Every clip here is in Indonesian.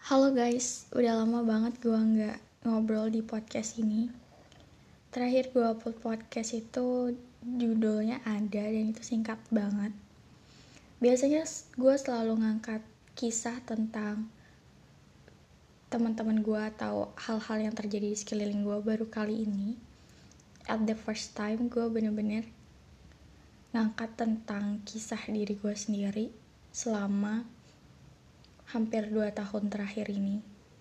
Halo guys, udah lama banget gue nggak ngobrol di podcast ini. Terakhir gue upload podcast itu judulnya ada dan itu singkat banget. Biasanya gue selalu ngangkat kisah tentang teman-teman gue atau hal-hal yang terjadi di sekeliling gue. Baru kali ini, at the first time, gue bener-bener ngangkat tentang kisah diri gue sendiri selama hampir 2 tahun terakhir ini.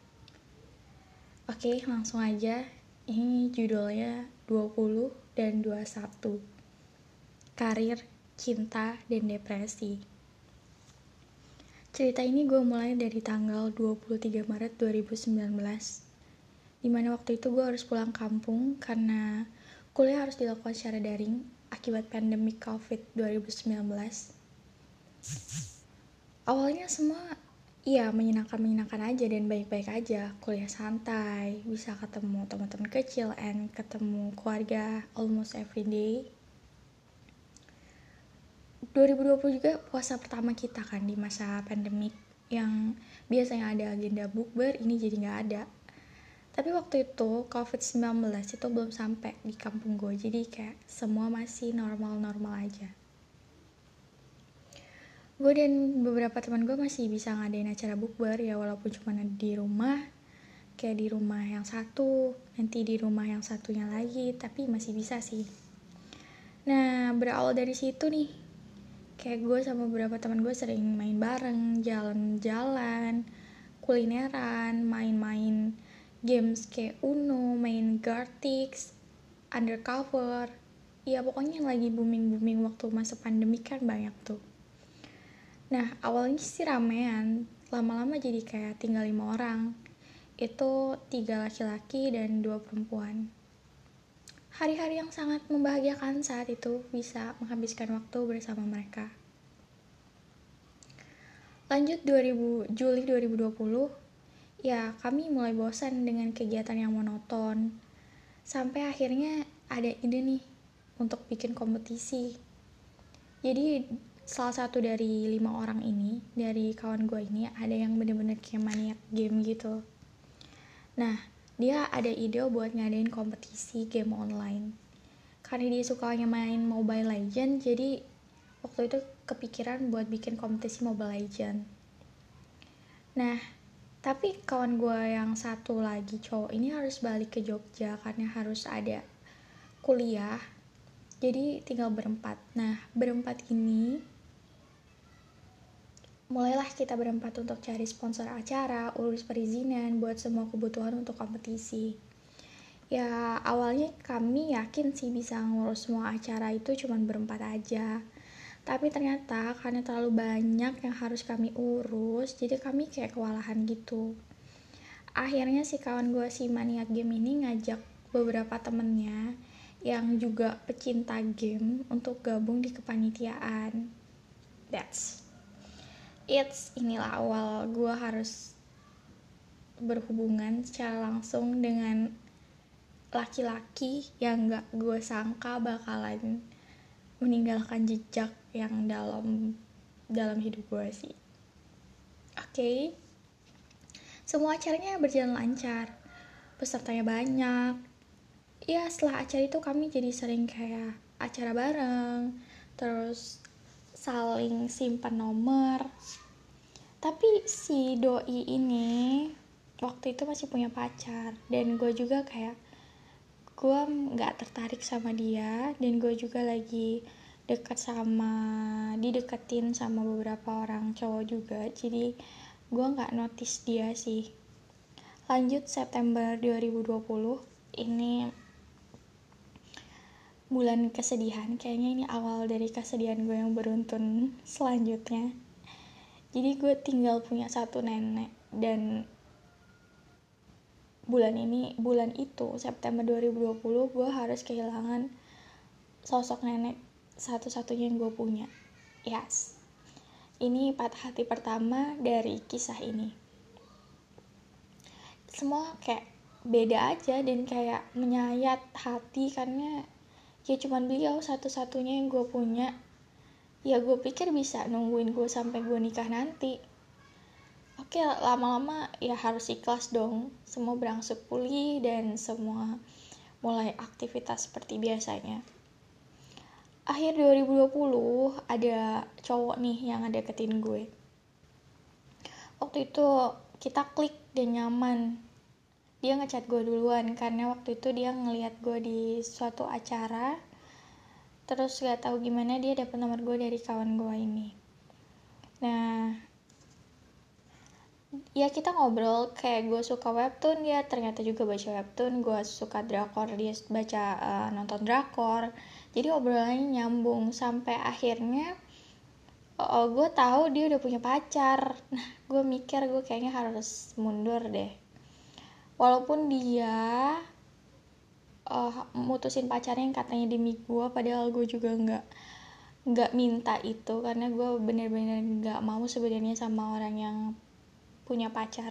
Oke, langsung aja. Ini judulnya 20 dan 21. Karir, cinta, dan depresi. Cerita ini gue mulai dari tanggal 23 Maret 2019. Dimana waktu itu gue harus pulang kampung karena kuliah harus dilakukan secara daring akibat pandemi COVID 2019. Awalnya semua menyenangkan aja dan baik-baik aja. Kuliah santai, bisa ketemu teman-teman kecil and ketemu keluarga almost every day. 2020 juga puasa pertama kita kan di masa pandemik, yang biasanya ada agenda bukber, ini jadi gak ada. Tapi waktu itu COVID-19 itu belum sampai di kampung gue, jadi kayak semua masih normal-normal aja. Gue dan beberapa teman gue masih bisa ngadain acara bukber ya, walaupun cuma di rumah, kayak di rumah yang satu, nanti di rumah yang satunya lagi, tapi masih bisa sih. Nah, berawal dari situ nih, kayak gue sama beberapa teman gue sering main bareng, jalan-jalan, kulineran, main-main games kayak Uno, main Gartix, Undercover. Ya pokoknya yang lagi booming-booming waktu masa pandemi kan banyak tuh. Nah, awalnya sih ramean, lama-lama jadi kayak tinggal 5 orang. Itu 3 laki-laki dan 2 perempuan. Hari-hari yang sangat membahagiakan saat itu bisa menghabiskan waktu bersama mereka. Lanjut Juli 2020, ya kami mulai bosan dengan kegiatan yang monoton. Sampai akhirnya ada ide nih untuk bikin kompetisi. Jadi salah satu dari 5 orang ini, dari kawan gue ini, ada yang bener-bener kayak maniak game gitu. Nah, dia ada ide buat ngadain kompetisi game online. Karena dia sukanya main Mobile Legends, jadi waktu itu kepikiran buat bikin kompetisi Mobile Legends. Nah, tapi kawan gue yang satu lagi cowok ini harus balik ke Jogja karena harus ada kuliah. Jadi tinggal berempat. Nah, berempat ini mulailah kita berempat untuk cari sponsor acara, urus perizinan buat semua kebutuhan untuk kompetisi. Ya, awalnya kami yakin sih bisa ngurus semua acara itu cuman berempat aja. Tapi ternyata karena terlalu banyak yang harus kami urus, jadi kami kayak kewalahan gitu. Akhirnya si kawan gue si maniak game ini ngajak beberapa temennya yang juga pecinta game untuk gabung di kepanitiaan. Inilah awal gue harus berhubungan secara langsung dengan laki-laki yang gak gue sangka bakalan meninggalkan jejak yang dalam hidup gue sih. Oke. Semua acaranya berjalan lancar, pesertanya banyak. Ya setelah acara itu kami jadi sering kayak acara bareng, terus saling simpan nomor. Tapi si doi ini waktu itu masih punya pacar, dan gue juga kayak gue gak tertarik sama dia, dan gue juga lagi dideketin sama beberapa orang cowok juga, jadi gue gak notice dia sih. Lanjut September 2020, ini bulan kesedihan, kayaknya ini awal dari kesedihan gue yang beruntun selanjutnya. Jadi gue tinggal punya satu nenek, dan bulan itu September 2020 gue harus kehilangan sosok nenek satu-satunya yang gue punya. Yes, ini patah hati pertama dari kisah ini. Semua kayak beda aja dan kayak menyayat hati karena ya cuman beliau satu-satunya yang gue punya. Ya gue pikir bisa nungguin gue sampai gue nikah nanti. Oke, lama-lama ya harus ikhlas dong, semua berangsur pulih dan semua mulai aktivitas seperti biasanya. Akhir 2020 ada cowok nih yang deketin gue. Waktu itu kita klik dan nyaman. Dia ngechat gue duluan karena waktu itu dia ngeliat gue di suatu acara. Terus gak tahu gimana dia dapet nomor gue dari kawan gue ini. Nah, ya kita ngobrol kayak gue suka webtoon, dia ternyata juga baca webtoon, gue suka drakor, dia baca nonton drakor. Jadi obrolannya nyambung sampai akhirnya gue tahu dia udah punya pacar. Nah, gue mikir gue kayaknya harus mundur deh. Walaupun dia mutusin pacarnya yang katanya demi gue, padahal gue juga nggak minta itu karena gue bener-bener nggak mau sebenarnya sama orang yang punya pacar.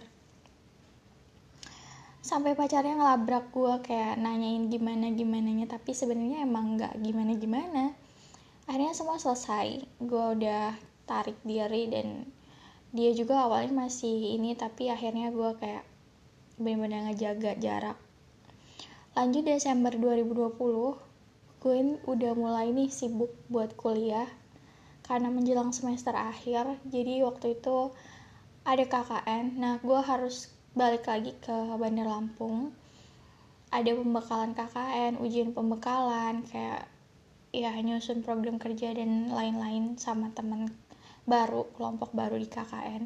Sampai pacarnya ngelabrak gue kayak nanyain gimana-gimananya, tapi sebenarnya emang nggak gimana-gimana. Akhirnya semua selesai, gue udah tarik diri dan dia juga awalnya masih ini, tapi akhirnya gue kayak bener-bener ngejaga jarak. Lanjut Desember 2020, gue udah mulai nih sibuk buat kuliah karena menjelang semester akhir. Jadi waktu itu ada KKN, nah gue harus balik lagi ke Bandar Lampung. Ada pembekalan KKN, ujian pembekalan, kayak ya nyusun program kerja dan lain-lain sama teman baru, kelompok baru di KKN.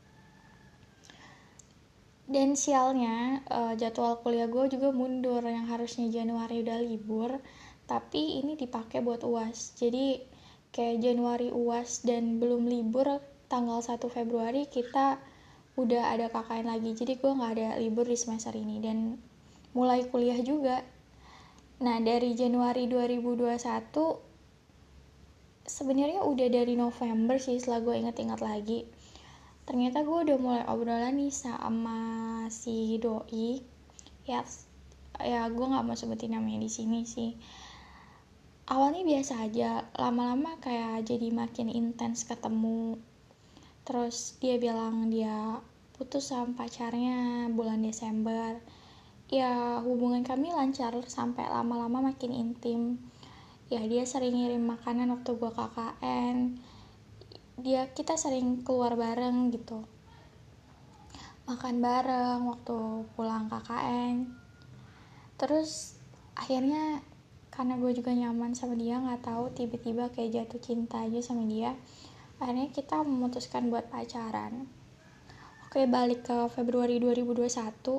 Dan sialnya jadwal kuliah gue juga mundur, yang harusnya Januari udah libur tapi ini dipakai buat UAS. Jadi kayak Januari UAS dan belum libur, tanggal 1 Februari kita udah ada KKN lagi. Jadi gue gak ada libur di semester ini dan mulai kuliah juga. Nah, dari Januari 2021 sebenarnya udah dari November sih, setelah gue ingat-ingat lagi. Ternyata gue udah mulai obrolan nih sama si doi. Ya gue nggak mau sebutin namanya di sini sih. Awalnya biasa aja, lama-lama kayak jadi makin intens ketemu. Terus dia bilang dia putus sama pacarnya bulan Desember. Ya hubungan kami lancar sampai lama-lama makin intim. Ya dia sering ngirim makanan waktu gue KKN. Kita sering keluar bareng gitu, makan bareng waktu pulang KKN. Terus akhirnya karena gue juga nyaman sama dia, nggak tahu tiba-tiba kayak jatuh cinta aja sama dia. Akhirnya kita memutuskan buat pacaran. Oke, balik ke Februari 2021.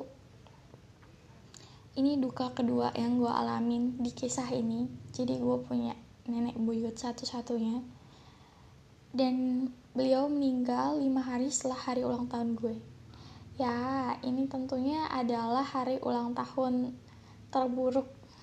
Ini duka kedua yang gue alamin di kisah ini. Jadi gue punya nenek buyut satu-satunya, dan beliau meninggal 5 hari setelah hari ulang tahun gue. Ya, ini tentunya adalah hari ulang tahun terburuk.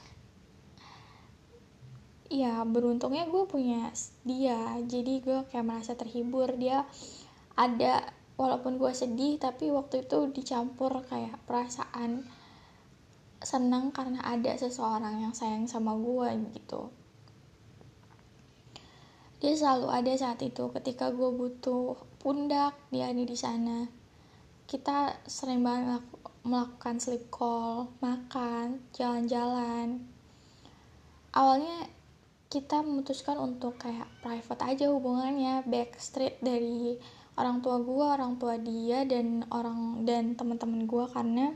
Ya, beruntungnya gue punya dia, jadi gue kayak merasa terhibur. Dia ada, walaupun gue sedih, tapi waktu itu dicampur kayak perasaan senang karena ada seseorang yang sayang sama gue gitu. Dia selalu ada saat itu ketika gue butuh pundak, dia ada di sana. Kita sering banget melakukan sleep call, makan, jalan-jalan. Awalnya kita memutuskan untuk kayak private aja hubungannya, backstreet dari orang tua gue, orang tua dia, dan teman-teman gue, karena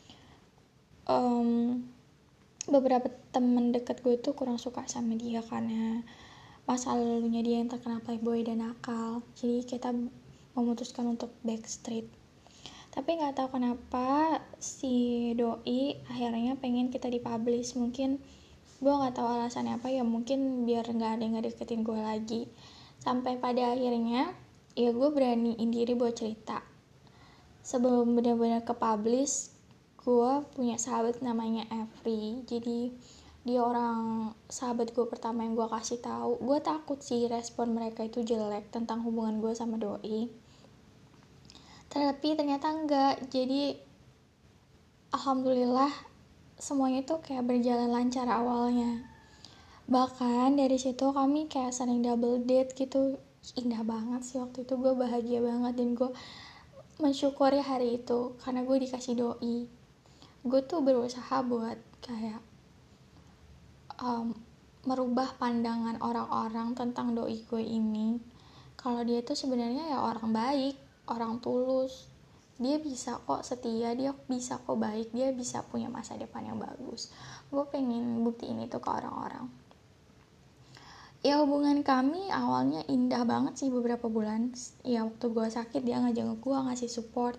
beberapa teman dekat gue tuh kurang suka sama dia karena masa lalunya dia yang terkena playboy dan nakal. Jadi kita memutuskan untuk backstreet. Tapi nggak tahu kenapa si doi akhirnya pengen kita dipublish. Mungkin gue nggak tahu alasannya apa, ya mungkin biar nggak ada yang deketin gue lagi. Sampai pada akhirnya ya gue beraniin diri buat cerita. Sebelum benar-benar ke publish, gue punya sahabat namanya Every. Jadi dia orang sahabat gue pertama yang gue kasih tahu. Gue takut sih respon mereka itu jelek tentang hubungan gue sama doi, tapi ternyata enggak. Jadi alhamdulillah semuanya tuh kayak berjalan lancar awalnya. Bahkan dari situ kami kayak sering double date gitu. Indah banget sih waktu itu, gue bahagia banget dan gue mensyukuri hari itu karena gue dikasih doi. Gue tuh berusaha buat kayak merubah pandangan orang-orang tentang doi gue ini, kalau dia tuh sebenarnya ya orang baik, orang tulus, dia bisa kok setia, dia bisa kok baik, dia bisa punya masa depan yang bagus. Gue pengen buktiin itu ke orang-orang. Ya hubungan kami awalnya indah banget sih beberapa bulan. Ya waktu gue sakit dia ngajak gue, ngasih support.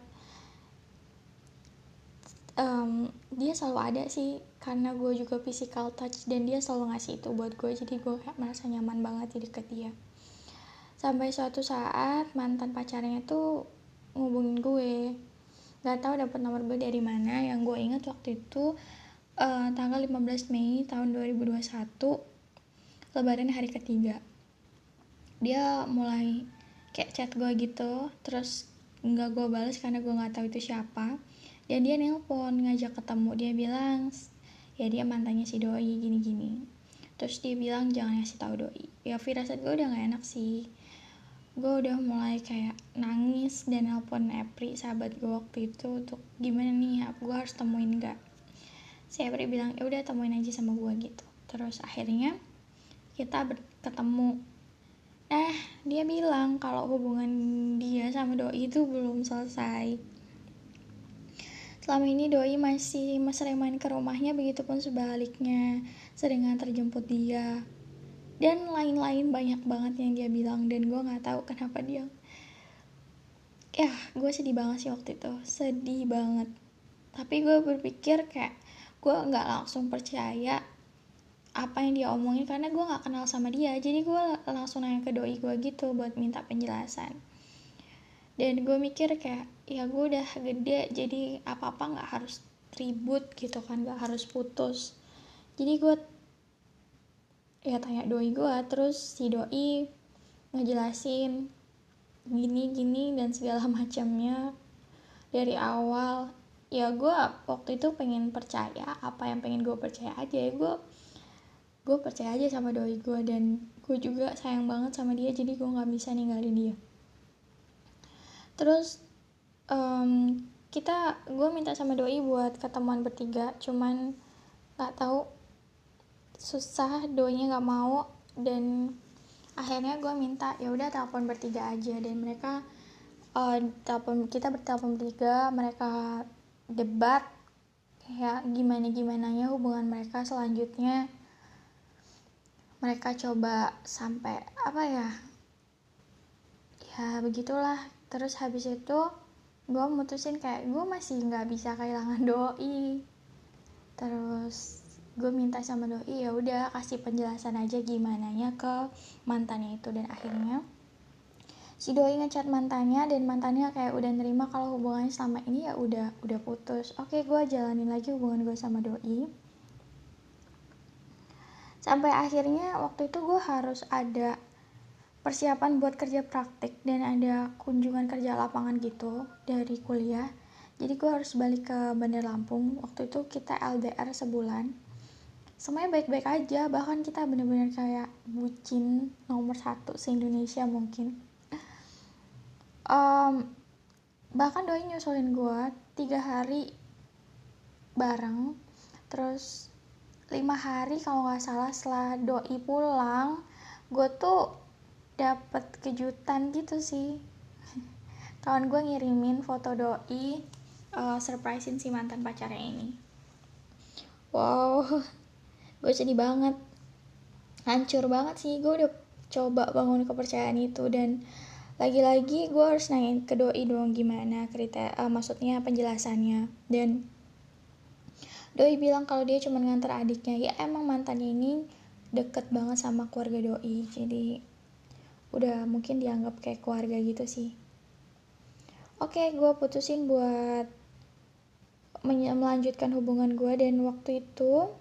Dia selalu ada sih karena gue juga physical touch, dan dia selalu ngasih itu buat gue, jadi gue kayak merasa nyaman banget di deket dia. Sampai suatu saat mantan pacarnya tuh ngubungin gue, nggak tahu dapat nomor gue dari mana. Yang gue ingat waktu itu tanggal 15 Mei tahun 2021, lebaran hari ketiga, dia mulai kayak chat gue gitu, terus nggak gue balas karena gue nggak tahu itu siapa. Dan dia nelpon ngajak ketemu, dia bilang ya dia mantannya si doi gini-gini. Terus dia bilang jangan ngasih tahu doi. Ya firasat gue udah nggak enak sih. Gue udah mulai kayak nangis dan nelpon Epri, sahabat gue waktu itu, untuk gimana nih ya, gue harus temuin nggak. Si Epri bilang ya udah temuin aja sama gue gitu. Terus akhirnya kita ketemu. Dia bilang kalau hubungan dia sama doi itu belum selesai. Selama ini doi masih sering main ke rumahnya, begitupun sebaliknya, sering nganter jemput dia. Dan lain-lain banyak banget yang dia bilang, dan gue gak tahu kenapa dia. Ya, gue sedih banget sih waktu itu, sedih banget. Tapi gue berpikir kayak gue gak langsung percaya apa yang dia omongin karena gue gak kenal sama dia. Jadi gue langsung nanya ke doi gue gitu buat minta penjelasan. Dan gue mikir kayak ya gue udah gede, jadi apa-apa gak harus ribut gitu kan, gak harus putus. Jadi gue ya tanya doi gue, terus si doi ngejelasin gini dan segala macamnya dari awal. Ya gue waktu itu pengen percaya apa yang pengen gue percaya aja. Ya gue percaya aja sama doi gue, dan gue juga sayang banget sama dia, jadi gue gak bisa ninggalin dia. Terus gue minta sama doi buat ketemuan bertiga, cuman nggak tahu susah, doinya nggak mau, dan akhirnya gue minta ya udah telepon bertiga aja, dan mereka kita bertelepon bertiga, mereka debat kayak gimananya hubungan mereka selanjutnya. Mereka coba sampai ya begitulah. Terus habis itu gue mutusin kayak gue masih nggak bisa kehilangan doi. Terus gue minta sama doi ya udah kasih penjelasan aja gimananya ke mantannya itu, dan akhirnya si doi ngechat mantannya, dan mantannya kayak udah nerima kalau hubungannya selama ini ya udah putus. Oke, gue jalanin lagi hubungan gue sama doi. Sampai akhirnya waktu itu gue harus ada persiapan buat kerja praktik dan ada kunjungan kerja lapangan gitu dari kuliah. Jadi gue harus balik ke Bandar Lampung. Waktu itu kita LDR sebulan. Semuanya baik-baik aja, bahkan kita bener-bener kayak bucin nomor 1 se-Indonesia mungkin. Bahkan doi nyusulin gue 3 hari bareng. Terus 5 hari kalau gak salah setelah doi pulang, gue tuh dapet kejutan gitu sih. Kawan gue ngirimin foto doi surprisein si mantan pacarnya ini. Wow, gue sedih banget, hancur banget sih. Gue udah coba bangun kepercayaan itu, dan lagi-lagi gue harus nanyain ke doi dong gimana maksudnya penjelasannya. Dan doi bilang kalau dia cuma nganter adiknya. Ya emang mantannya ini deket banget sama keluarga doi, jadi udah mungkin dianggap kayak keluarga gitu sih. Oke, gue putusin buat melanjutkan hubungan gue, dan waktu itu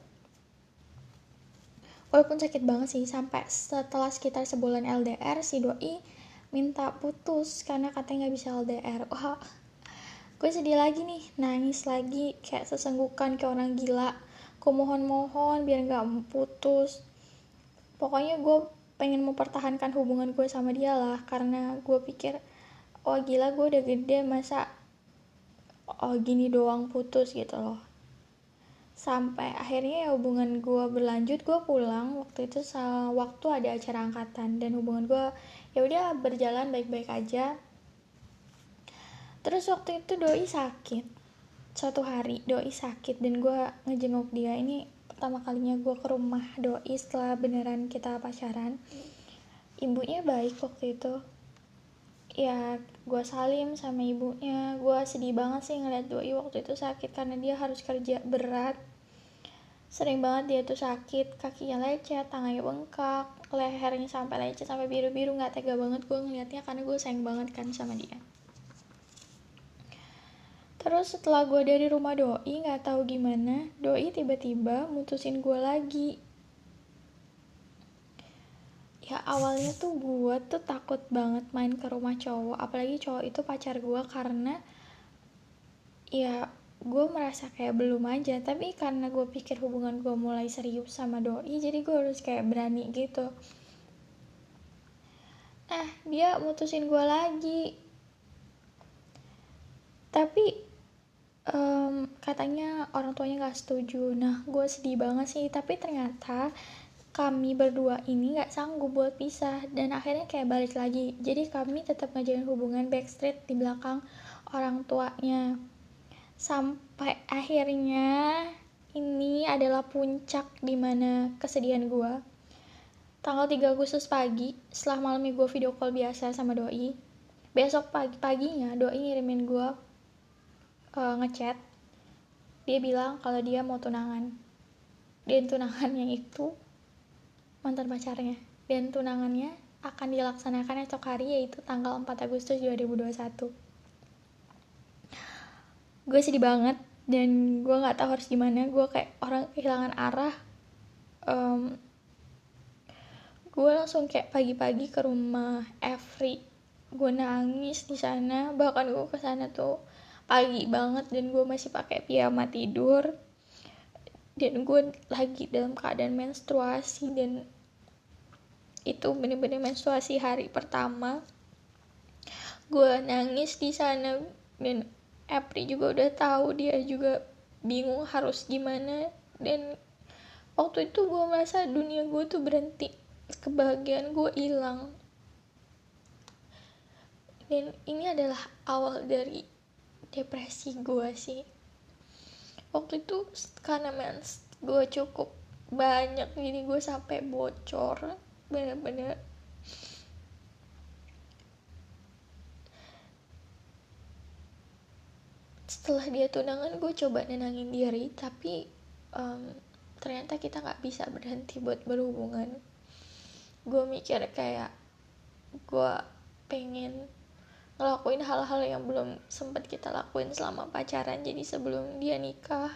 walaupun sakit banget sih, sampai setelah sekitar sebulan LDR si doi minta putus karena katanya gak bisa LDR. Wah, gue sedih lagi nih, nangis lagi kayak sesenggukan, kayak orang gila. Gue mohon biar gak putus. Pokoknya gue pengen mempertahankan hubungan gue sama dia lah, karena gue pikir oh gila gue udah gede masa gini doang putus gitu loh. Sampai akhirnya ya hubungan gue berlanjut, gue pulang waktu itu waktu ada acara angkatan, dan hubungan gue ya udah berjalan baik-baik aja. Terus waktu itu doi sakit, suatu hari doi sakit dan gue ngejenguk dia. Ini pertama kalinya gue ke rumah doi setelah beneran kita pacaran. Ibunya baik waktu itu, ya gue salim sama ibunya. Gue sedih banget sih ngeliat doi waktu itu sakit karena dia harus kerja berat. Sering banget dia tuh sakit, kakinya lecet, tangannya bengkak, lehernya sampai lecet, sampai biru-biru. Gak tega banget gue ngeliatnya karena gue sayang banget kan sama dia. Terus setelah gue dari rumah doi, gak tahu gimana doi tiba-tiba mutusin gue lagi. Ya awalnya tuh gue tuh takut banget main ke rumah cowok, apalagi cowok itu pacar gue, karena ya gue merasa kayak belum aja. Tapi karena gue pikir hubungan gue mulai serius sama doi, jadi gue harus kayak berani gitu. Nah dia mutusin gue lagi, tapi katanya orang tuanya gak setuju. Nah gue sedih banget sih, tapi ternyata kami berdua ini gak sanggup buat pisah, dan akhirnya kayak balik lagi. Jadi kami tetap ngajalin hubungan backstreet di belakang orang tuanya. Sampai akhirnya ini adalah puncak dimana kesedihan gue. Tanggal 3 Agustus pagi, setelah malamnya gue video call biasa sama doi, besok pagi-paginya doi ngirimin gue ngechat. Dia bilang kalau dia mau tunangan, dan tunangannya itu mantan pacarnya, dan tunangannya akan dilaksanakan esok hari, yaitu tanggal 4 Agustus 2021. Gue sedih banget dan gue nggak tahu harus gimana. Gue kayak orang kehilangan arah. Gue langsung kayak pagi-pagi ke rumah Every. Gue nangis di sana. Bahkan gue kesana tuh pagi banget dan gue masih pakai piyama tidur. Dan gue lagi dalam keadaan menstruasi, dan itu bener-bener menstruasi hari pertama. Gue nangis di sana dan April juga udah tahu, dia juga bingung harus gimana. Dan waktu itu gue merasa dunia gue tuh berhenti, kebahagiaan gue hilang. Dan ini adalah awal dari depresi gue sih. Waktu itu karena mens gue cukup banyak, jadi gue sampai bocor, bener-bener. Setelah dia tunangan, gue coba nenangin diri, tapi ternyata kita gak bisa berhenti buat berhubungan. Gue mikir kayak gue pengen ngelakuin hal-hal yang belum sempat kita lakuin selama pacaran. Jadi sebelum dia nikah,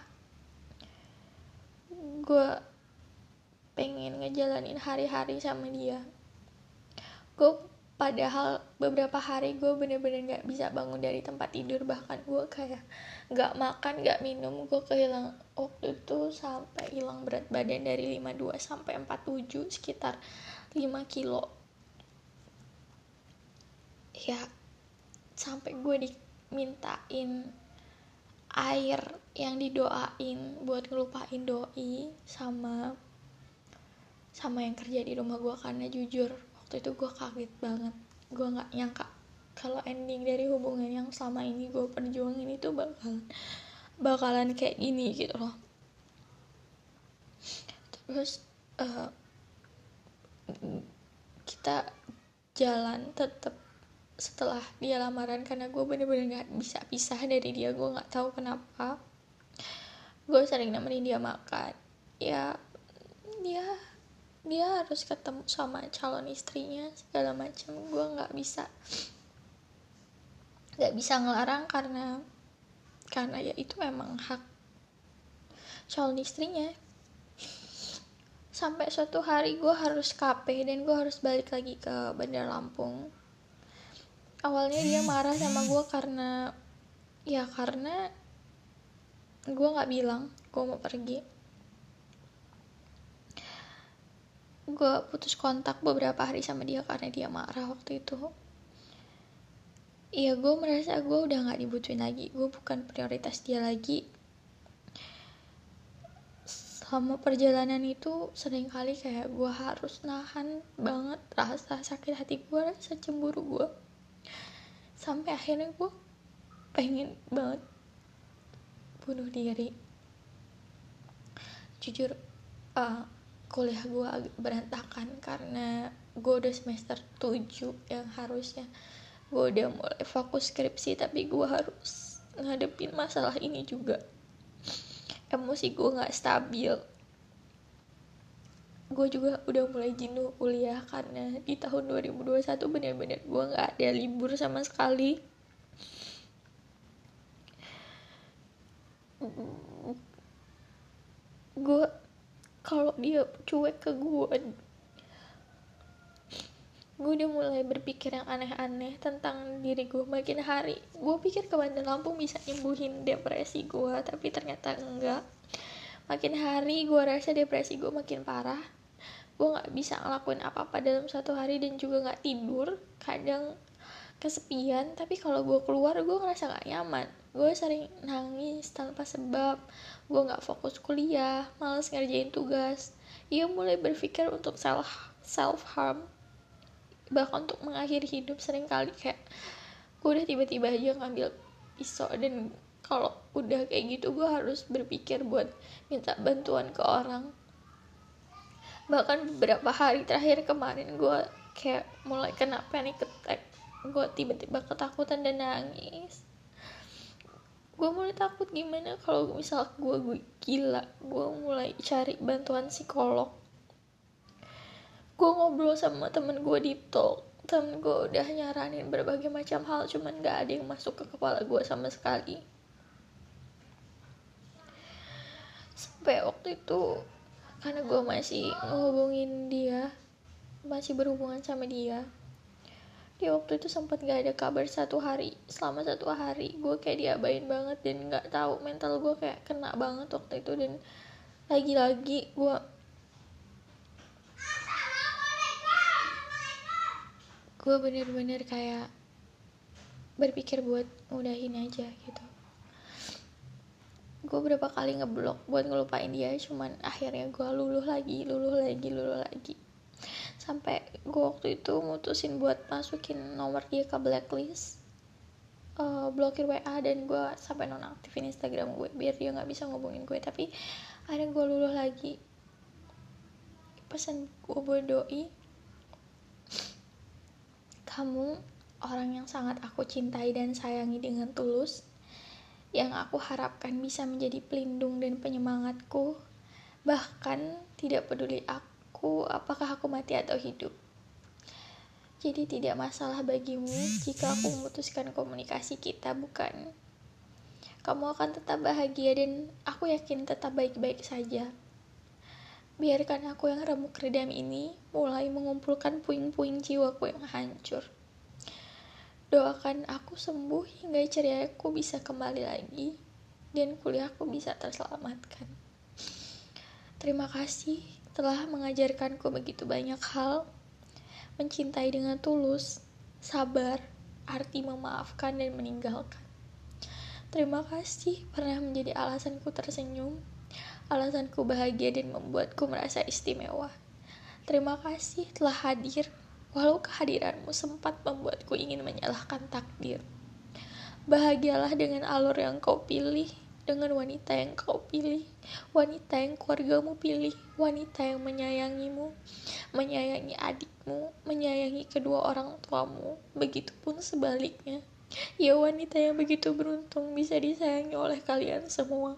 gue pengen ngejalanin hari-hari sama dia. Gue padahal beberapa hari gue bener-bener gak bisa bangun dari tempat tidur. Bahkan gue kayak gak makan, gak minum. Gue kehilangan waktu itu sampai hilang berat badan dari 52 sampai 47, sekitar 5 kilo. Ya sampai gue dimintain air yang didoain buat ngelupain doi sama yang kerja di rumah gue. Karena jujur waktu itu gue kaget banget. Gue gak nyangka kalau ending dari hubungan yang selama ini gue perjuangin itu bakalan kayak gini gitu loh. Terus kita jalan tetap setelah dia lamaran, karena gue bener-bener gak bisa pisah dari dia. Gue gak tahu kenapa. Gue sering nemenin dia makan. Ya dia harus ketemu sama calon istrinya segala macam. Gue gak bisa ngelarang, karena ya itu memang hak calon istrinya. Sampai suatu hari gue harus KP dan gue harus balik lagi ke Bandar Lampung. Awalnya dia marah sama gue karena gue gak bilang gue mau pergi. Gue putus kontak beberapa hari sama dia karena dia marah waktu itu. Iya, gue merasa gue udah gak dibutuhin lagi, gue bukan prioritas dia lagi. Selama perjalanan itu sering kali kayak gue harus nahan banget rasa sakit hati gue, rasa cemburu gue, sampai akhirnya gue pengen banget bunuh diri. Jujur, kuliah gue agak berantakan karena gue udah semester 7 yang harusnya gue udah mulai fokus skripsi, tapi gue harus ngadepin masalah ini juga. Emosi gue gak stabil. Gue juga udah mulai jenuh kuliah karena di tahun 2021 bener-bener gue gak ada libur sama sekali. Gue kalau dia cuek ke gue udah mulai berpikir yang aneh-aneh tentang diri gue. Makin hari gue pikir ke Bandar Lampung bisa nyembuhin depresi gue, tapi ternyata enggak. Makin hari gue rasa depresi gue makin parah. Gue gak bisa ngelakuin apa-apa dalam satu hari dan juga gak tidur. Kadang kesepian, tapi kalau gue keluar gue ngerasa gak nyaman. Gue sering nangis tanpa sebab. Gue gak fokus kuliah, malas ngerjain tugas. Ia mulai berpikir untuk self harm, bahkan untuk mengakhiri hidup. Sering kali kayak gue udah tiba-tiba aja ngambil pisau, dan kalau udah kayak gitu gue harus berpikir buat minta bantuan ke orang. Bahkan beberapa hari terakhir kemarin gue kayak mulai kena panic attack. Gue tiba-tiba ketakutan dan nangis. Gue mulai takut gimana kalau misal gue gila. Gue mulai cari bantuan psikolog. Gue ngobrol sama temen gue di talk. Temen gue udah nyaranin berbagai macam hal, cuman gak ada yang masuk ke kepala gue sama sekali. Sampai waktu itu, karena gue masih ngehubungin dia, masih berhubungan sama dia, di waktu itu sempat gak ada kabar satu hari. Selama satu hari gue kayak diabain banget dan gak tahu, mental gue kayak kena banget waktu itu. Dan lagi-lagi gue bener-bener kayak berpikir buat udahin aja gitu. Gue berapa kali ngeblok buat ngelupain dia, cuman akhirnya gue luluh lagi. Sampai gue waktu itu mutusin buat masukin nomor dia ke blacklist, blokir WA, dan gue sampai nonaktifin Instagram gue biar dia nggak bisa ngubungin gue. Tapi akhirnya gue luluh lagi. Pesan gue buat doi, kamu orang yang sangat aku cintai dan sayangi dengan tulus, yang aku harapkan bisa menjadi pelindung dan penyemangatku, bahkan tidak peduli aku apakah aku mati atau hidup. Jadi tidak masalah bagimu jika aku memutuskan komunikasi kita, bukan? Kamu akan tetap bahagia dan aku yakin tetap baik-baik saja. Biarkan aku yang remuk redam ini mulai mengumpulkan puing-puing jiwaku yang hancur. Doakan aku sembuh hingga ceriaku bisa kembali lagi dan kuliahku bisa terselamatkan. Terima kasih telah mengajarkanku begitu banyak hal. Mencintai dengan tulus, sabar, arti memaafkan dan meninggalkan. Terima kasih pernah menjadi alasanku tersenyum, alasanku bahagia dan membuatku merasa istimewa. Terima kasih telah hadir, walau kehadiranmu sempat membuatku ingin menyalahkan takdir. Bahagialah dengan alur yang kau pilih, dengan wanita yang kau pilih, wanita yang keluargamu pilih, wanita yang menyayangimu, menyayangi adikmu, menyayangi kedua orang tuamu, begitupun sebaliknya. Ya, wanita yang begitu beruntung bisa disayangi oleh kalian semua.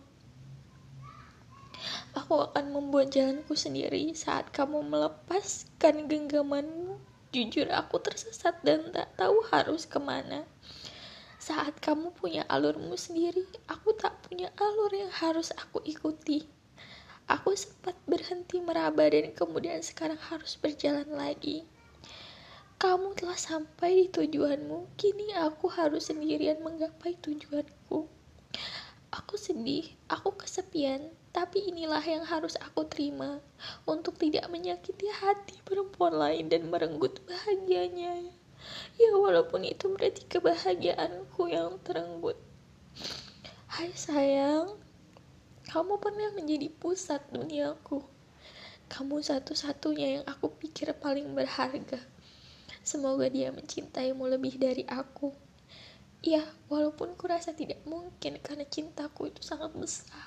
Aku akan membuat jalanku sendiri saat kamu melepaskan genggamanmu. Jujur aku tersesat dan tak tahu harus kemana. Saat kamu punya alurmu sendiri, aku tak punya alur yang harus aku ikuti. Aku sempat berhenti meraba dan kemudian sekarang harus berjalan lagi. Kamu telah sampai di tujuanmu, kini aku harus sendirian menggapai tujuanku. Aku sedih, aku kesepian, tapi inilah yang harus aku terima untuk tidak menyakiti hati perempuan lain dan merenggut bahagianya. Ya walaupun itu berarti kebahagiaanku yang terenggut. Hai sayang, kamu pernah menjadi pusat duniaku. Kamu satu-satunya yang aku pikir paling berharga. Semoga dia mencintaimu lebih dari aku. Ya, walaupun kurasa tidak mungkin karena cintaku itu sangat besar.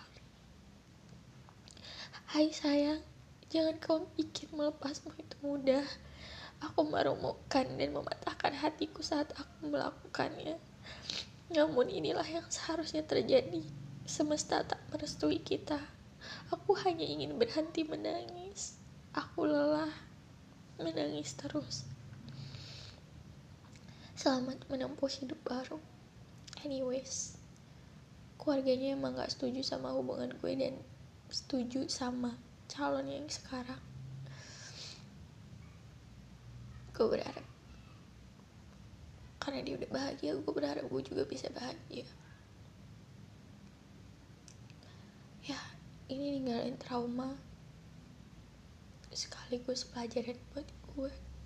Hai sayang, jangan kau pikir melepasmu itu mudah. Aku meremukkan dan mematahkan hatiku saat aku melakukannya. Namun inilah yang seharusnya terjadi. Semesta tak merestui kita. Aku hanya ingin berhenti menangis. Aku lelah menangis terus. Selamat menempuh hidup baru. Anyways, keluarganya emang gak setuju sama hubungan gue dan setuju sama calon yang sekarang. Gue berharap karena dia udah bahagia, gue berharap gue juga bisa bahagia. Ya, ini ninggalin trauma sekaligus pelajaran buat gue.